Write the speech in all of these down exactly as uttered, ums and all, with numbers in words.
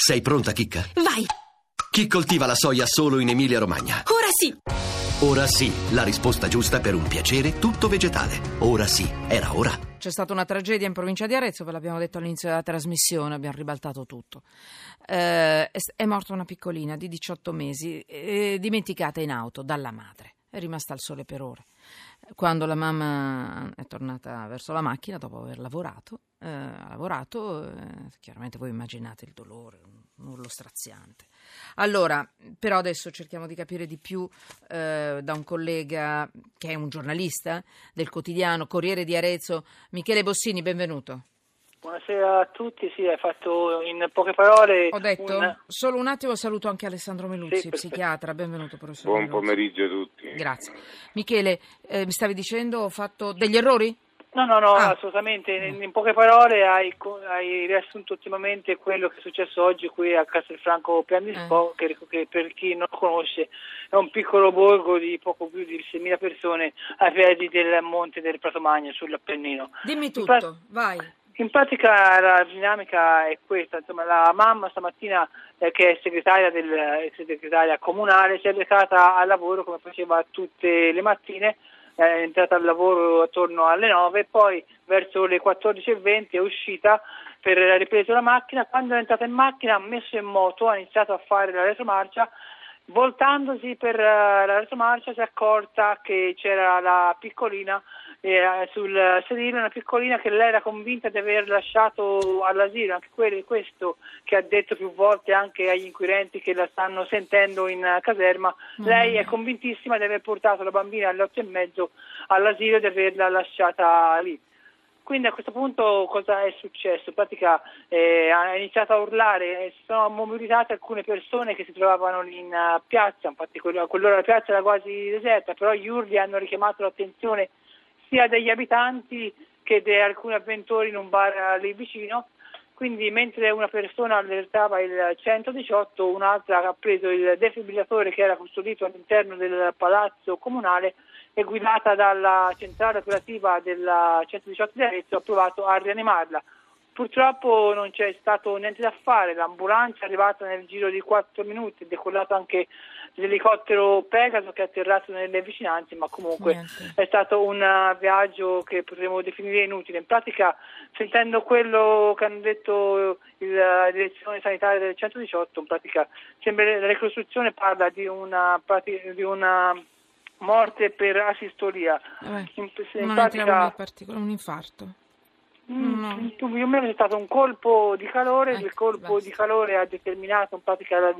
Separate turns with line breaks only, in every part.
Sei pronta, Chicca?
Vai!
Chi coltiva la soia solo in Emilia-Romagna?
Ora sì!
Ora sì, la risposta giusta per un piacere tutto vegetale. Ora sì, era ora.
C'è stata una tragedia in provincia di Arezzo, ve l'abbiamo detto all'inizio della trasmissione, abbiamo ribaltato tutto. Eh, è, è morta una piccolina di diciotto mesi, eh, dimenticata in auto dalla madre. È rimasta al sole per ore. Quando la mamma è tornata verso la macchina dopo aver lavorato, eh, ha lavorato, eh, chiaramente voi immaginate il dolore, un, un urlo straziante. Allora, però adesso cerchiamo di capire di più eh, da un collega che è un giornalista del quotidiano Corriere di Arezzo, Michele Bossini, benvenuto.
Buonasera a tutti, sì, hai fatto in poche parole...
Ho detto,
un...
solo un attimo saluto anche Alessandro Meluzzi,
sì,
psichiatra, benvenuto professor
Buon
Meluzzi.
pomeriggio a tutti.
Grazie. Michele, eh, mi stavi dicendo, ho fatto degli errori?
No, no, no,
Ah.
assolutamente, in, in poche parole hai, hai riassunto ultimamente quello che è successo oggi qui a Castelfranco Pianispo, eh. che, che per chi non lo conosce è un piccolo borgo di poco più di seimila persone ai piedi del monte del Prato Magno, sull'Appennino.
Dimmi tutto,
pra-
vai.
In pratica la dinamica è questa, insomma, la mamma stamattina eh, che è segretaria del è segretaria comunale si è recata al lavoro come faceva tutte le mattine, è entrata al lavoro attorno alle nove, poi verso le quattordici e venti è uscita per riprendere la macchina. Quando è entrata in macchina ha messo in moto, ha iniziato a fare la retromarcia. Voltandosi per la retromarcia si è accorta che c'era la piccolina eh, sul sedile, una piccolina che lei era convinta di aver lasciato all'asilo, anche quello, questo che ha detto più volte anche agli inquirenti che la stanno sentendo in caserma. Mm. Lei è convintissima di aver portato la bambina alle otto e mezzo all'asilo e di averla lasciata lì. Quindi a questo punto cosa è successo? In pratica eh, ha iniziato a urlare e si sono mobilitate alcune persone che si trovavano in uh, piazza, infatti quello, a quell'ora la piazza era quasi deserta, però gli urli hanno richiamato l'attenzione sia degli abitanti che di alcuni avventori in un bar lì vicino. Quindi mentre una persona allertava il centodiciotto, un'altra ha preso il defibrillatore che era custodito all'interno del palazzo comunale e guidata dalla centrale operativa del centodiciotto di Arezzo ha provato a rianimarla. Purtroppo non c'è stato niente da fare, l'ambulanza è arrivata nel giro di quattro minuti, è decollato anche l'elicottero Pegaso che è atterrato nelle vicinanze, ma comunque niente. È stato un viaggio che potremmo definire inutile. In pratica, sentendo quello che hanno detto il, la direzione sanitaria del centodiciotto, in pratica sembra la ricostruzione parla di una, di una morte per asistolia.
Vabbè,
in, in
non
pratica,
entriamo nel particolare, un infarto.
Mm,
no.
Più o meno c'è stato un colpo di calore,
Ecco,
il colpo
basta.
di calore ha determinato in pratica la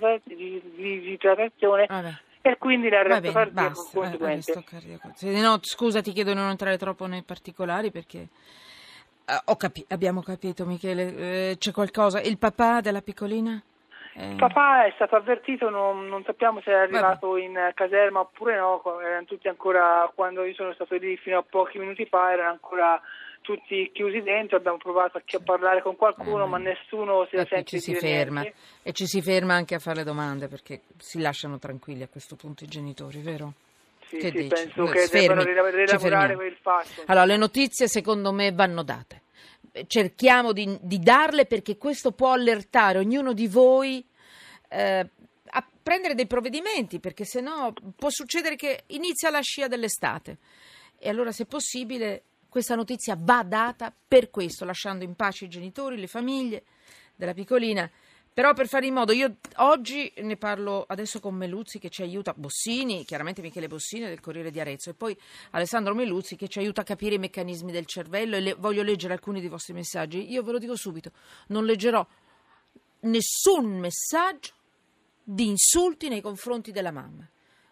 disidratazione e quindi l'arresto cardiaco conseguente.
No, scusa, ti chiedo di non entrare troppo nei particolari perché uh, ho capi- abbiamo capito, Michele, eh, c'è qualcosa. Il papà della piccolina? Eh...
Il papà è stato avvertito, non, non sappiamo se è arrivato Vabbè. in caserma oppure no, erano tutti ancora, quando io sono stato lì fino a pochi minuti fa, erano ancora tutti chiusi dentro, abbiamo provato a parlare con qualcuno, eh, ma nessuno si la sente
ci si
dire
ferma
niente.
E ci si ferma anche a fare le domande perché si lasciano tranquilli a questo punto i genitori, vero?
Sì,
che
sì,
dici?
penso che
Sfermi,
debbano rielaborare quel fatto.
Allora, le notizie secondo me vanno date. Cerchiamo di, di darle perché questo può allertare ognuno di voi eh, a prendere dei provvedimenti, perché sennò può succedere che inizia la scia dell'estate. E allora, se possibile, questa notizia va data per questo, lasciando in pace i genitori, le famiglie della piccolina. Però per fare in modo, io oggi ne parlo adesso con Meluzzi che ci aiuta, Bossini, chiaramente Michele Bossini del Corriere di Arezzo, e poi Alessandro Meluzzi che ci aiuta a capire i meccanismi del cervello e le, voglio leggere alcuni dei vostri messaggi. Io ve lo dico subito, non leggerò nessun messaggio di insulti nei confronti della mamma,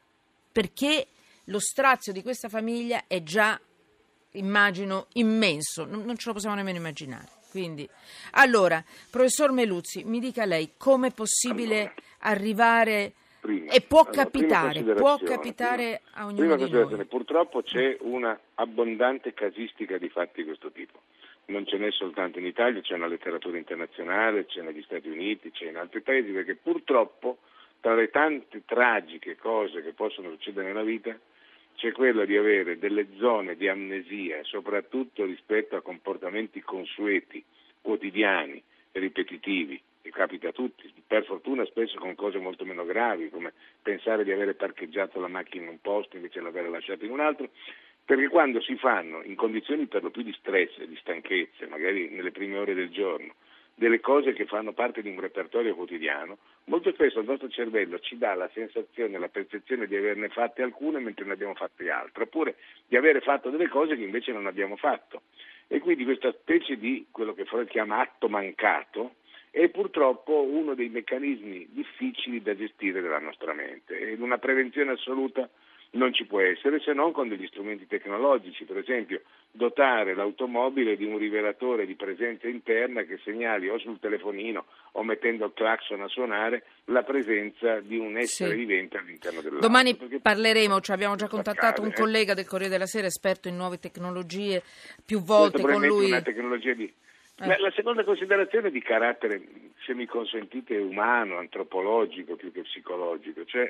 perché lo strazio di questa famiglia è già, immagino, immenso, non, non ce lo possiamo nemmeno immaginare. Quindi, allora, professor Meluzzi, mi dica lei com'è possibile allora, arrivare prima, e può allora, capitare, può capitare
prima,
a ognuno
prima
di
considerazione,
noi.
Purtroppo c'è una abbondante casistica di fatti di questo tipo. Non ce n'è soltanto in Italia, c'è una letteratura internazionale, c'è negli Stati Uniti, c'è in altri paesi, perché purtroppo tra le tante tragiche cose che possono succedere nella vita c'è quella di avere delle zone di amnesia, soprattutto rispetto a comportamenti consueti, quotidiani, ripetitivi, che capita a tutti, per fortuna spesso con cose molto meno gravi, come pensare di avere parcheggiato la macchina in un posto invece di averla lasciata in un altro, perché quando si fanno in condizioni per lo più di stress e di stanchezza, magari nelle prime ore del giorno, delle cose che fanno parte di un repertorio quotidiano, molto spesso il nostro cervello ci dà la sensazione, la percezione di averne fatte alcune mentre ne abbiamo fatte altre, oppure di avere fatto delle cose che invece non abbiamo fatto. E quindi questa specie di quello che Freud chiama atto mancato è purtroppo uno dei meccanismi difficili da gestire della nostra mente, e una prevenzione assoluta non ci può essere se non con degli strumenti tecnologici, per esempio dotare l'automobile di un rivelatore di presenza interna che segnali o sul telefonino o mettendo il clacson a suonare la presenza di un essere
sì.
vivente all'interno dell'auto.
Domani
Perché
parleremo, cioè abbiamo già contattato
accade,
un
eh?
collega del Corriere della Sera, esperto in nuove tecnologie, più volte
Questa
con lui.
Una tecnologia di...
Eh.
La, la seconda considerazione è di carattere, se mi consentite, umano, antropologico più che psicologico, cioè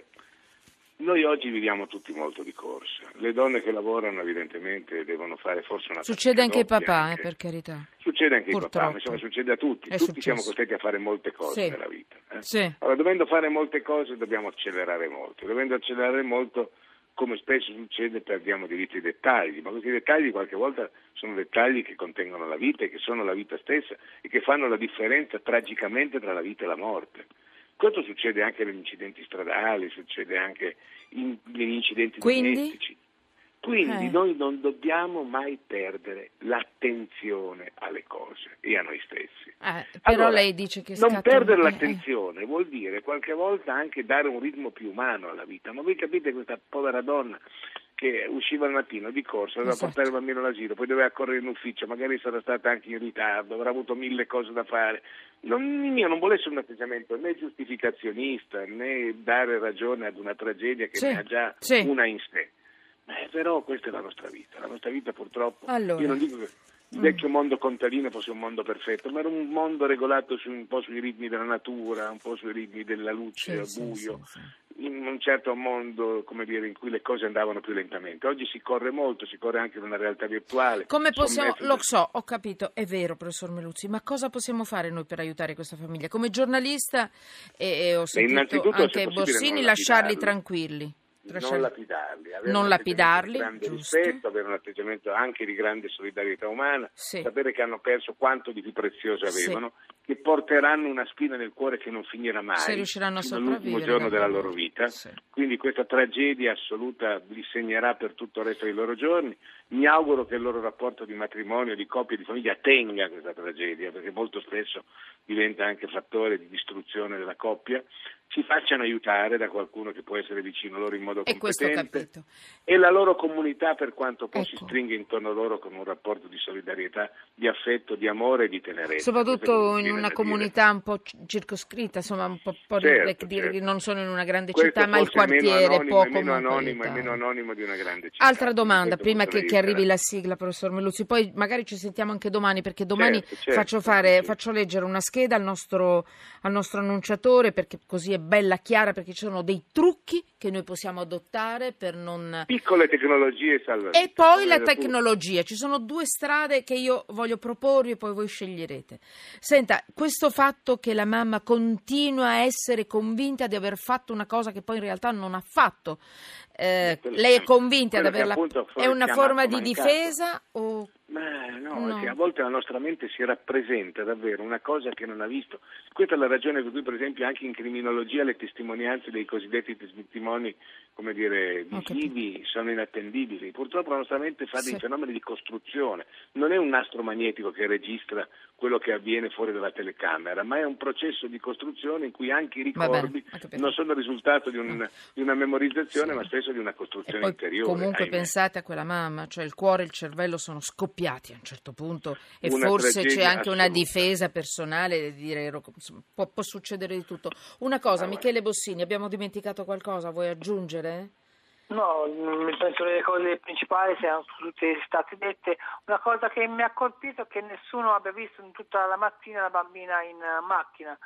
noi oggi viviamo tutti molto di corsa. Le donne che lavorano evidentemente devono fare forse una
Succede anche ai papà,
anche.
eh, per carità.
Succede anche ai
Purtroppo.
papà, ma insomma succede a tutti.
È
tutti
successo.
siamo costretti a fare molte cose
Sì.
nella vita. Eh?
Sì.
Allora, dovendo fare molte cose dobbiamo accelerare molto. Dovendo accelerare molto, come spesso succede, perdiamo di vista i dettagli, ma questi dettagli qualche volta sono dettagli che contengono la vita e che sono la vita stessa e che fanno la differenza tragicamente tra la vita e la morte. Questo succede anche negli incidenti stradali, succede anche in, negli incidenti
Quindi?
domestici. Quindi
Eh.
noi non dobbiamo mai perdere l'attenzione alle cose e a noi stessi.
Eh, però
Allora,
lei dice che
non
scatta
perdere
un- eh,
l'attenzione vuol dire qualche volta anche dare un ritmo più umano alla vita. Ma voi capite questa povera donna che usciva al mattino di corsa, doveva
Esatto.
portare il bambino all'asilo, poi doveva correre in ufficio, magari sarà stata anche in ritardo, avrà avuto mille cose da fare. Non, il mio non vuole essere un atteggiamento né giustificazionista né dare ragione ad una tragedia che
Sì,
ne ha già
sì.
una in sé. Eh, però questa è la nostra vita, la nostra vita purtroppo,
Allora.
io non dico che il vecchio mondo contadino fosse un mondo perfetto, ma era un mondo regolato su, un po' sui ritmi della natura, un po' sui ritmi della luce al
Sì,
buio,
sì, sì, sì.
in un certo mondo, come dire, in cui le cose andavano più lentamente. Oggi si corre molto, si corre anche in una realtà virtuale.
Come possiamo,
sommerso
lo
da-
so, ho capito, è vero, professor Meluzzi, ma cosa possiamo fare noi per aiutare questa famiglia? Come giornalista, e, e ho sentito
innanzitutto, se
anche
possibile,
Borsini,
non
lasciarli
lapidarli.
tranquilli.
Non
Lasciarli-
lapidarli, avere
Non
un
lapidarli,
atteggiamento di grande
giusto.
rispetto, avere un atteggiamento anche di grande solidarietà umana,
Sì.
sapere che hanno perso quanto di più prezioso
Sì.
avevano, che porteranno una spina nel cuore che non finirà mai
Se riusciranno a
fino all'ultimo
sopravvivere,
giorno della
davvero.
loro vita.
Sì.
Quindi questa tragedia assoluta li segnerà per tutto il resto dei loro giorni. Mi auguro che il loro rapporto di matrimonio, di coppia, di famiglia tenga questa tragedia, perché molto spesso diventa anche fattore di distruzione della coppia. Ci facciano aiutare da qualcuno che può essere vicino a loro in modo
E questo ho
competente,
capito.
e la loro comunità per quanto può si
Ecco.
stringa intorno a loro con un rapporto di solidarietà, di affetto, di amore e di tenerezza. Questo è
Soprattutto
quello che
in
viene
una
da
comunità un po' c- circoscritta, insomma, un po', po' di-
Certo,
dire che
certo.
non sono in una grande
Questo
città, ma il
forse è meno
quartiere
anonimo,
può
è meno
comunque
anonimo, è
aiutare.
meno anonimo di una grande città.
Altra
Quindi
domanda,
questo
prima
potrà
che, che arrivi
aiutare.
la sigla, professor Meluzzi, poi magari ci sentiamo anche domani, perché domani
Certo, certo,
faccio, fare,
sì, sì.
faccio leggere una scheda al nostro, al nostro annunciatore, perché così è bella chiara, perché ci sono dei trucchi che noi possiamo adottare per non...
Piccole tecnologie salvavita.
E poi
come
la
appunto-
tecnologia, ci sono due strade che io voglio proporvi e poi voi sceglierete. Senta, questo fatto che la mamma continua a essere convinta di aver fatto una cosa che poi in realtà non ha fatto, eh,
Quello
lei è
che-
convinta di
quello che
averla...
appunto
È una
chiama
forma di
mancato.
difesa o...
Ma no,
No.
è che a volte la nostra mente si rappresenta davvero una cosa che non ha visto. Questa è la ragione per cui, per esempio, anche in criminologia le testimonianze dei cosiddetti testimoni, come dire,
Ho capito.
visivi sono inattendibili. Purtroppo la nostra mente fa
Sì.
dei fenomeni di costruzione. Non è un nastro magnetico che registra quello che avviene fuori dalla telecamera, ma è un processo di costruzione in cui anche i
Va bene,
ricordi
ho capito.
non sono il risultato di, un- di una memorizzazione,
Sì.
ma spesso di una
E
costruzione
poi
interiore.
comunque
ahimè.
pensate a quella mamma, cioè il cuore e il cervello sono scoppiati a un certo punto e
Una
forse c'è
tragedia
anche una
assoluta.
difesa personale di dire ero- insomma, può, può succedere di tutto. Una cosa,
Ah,
Michele Bossini, abbiamo dimenticato qualcosa, vuoi aggiungere?
No, mi penso che le cose principali siano tutte state dette. Una cosa che mi ha colpito è che nessuno abbia visto in tutta la mattina la bambina in eh, macchina.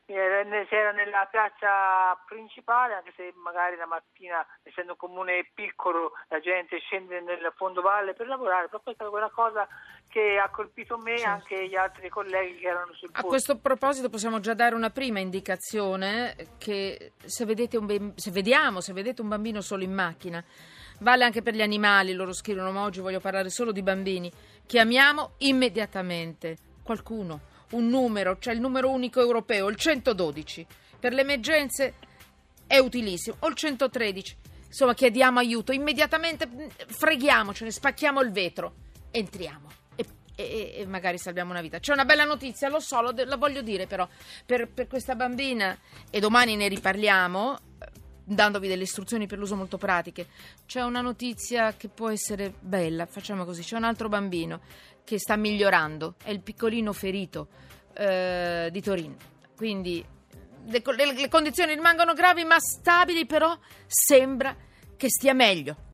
eh, si era nella piazza principale, anche se magari la mattina, essendo un comune piccolo, la gente scende nel fondovalle per lavorare, però questa è quella cosa che ha colpito me e
certo.
anche gli altri colleghi che erano sul posto.
A questo proposito possiamo già dare una prima indicazione, che se vedete un bim- se vediamo, se vedete un bambino solo in macchina, vale anche per gli animali, loro scrivono, ma oggi voglio parlare solo di bambini, chiamiamo immediatamente qualcuno, un numero, c'è il numero unico europeo, il centododici, per le emergenze è utilissimo, o il centotredici, insomma chiediamo aiuto, immediatamente freghiamocene, spacchiamo il vetro, entriamo. E, e magari salviamo una vita. C'è una bella notizia, lo so, lo, la voglio dire però per, per questa bambina, e domani ne riparliamo dandovi delle istruzioni per l'uso molto pratiche. C'è una notizia che può essere bella, facciamo così, c'è un altro bambino che sta migliorando, è il piccolino ferito eh, di Torino, quindi le, le, le condizioni rimangono gravi ma stabili, però sembra che stia meglio.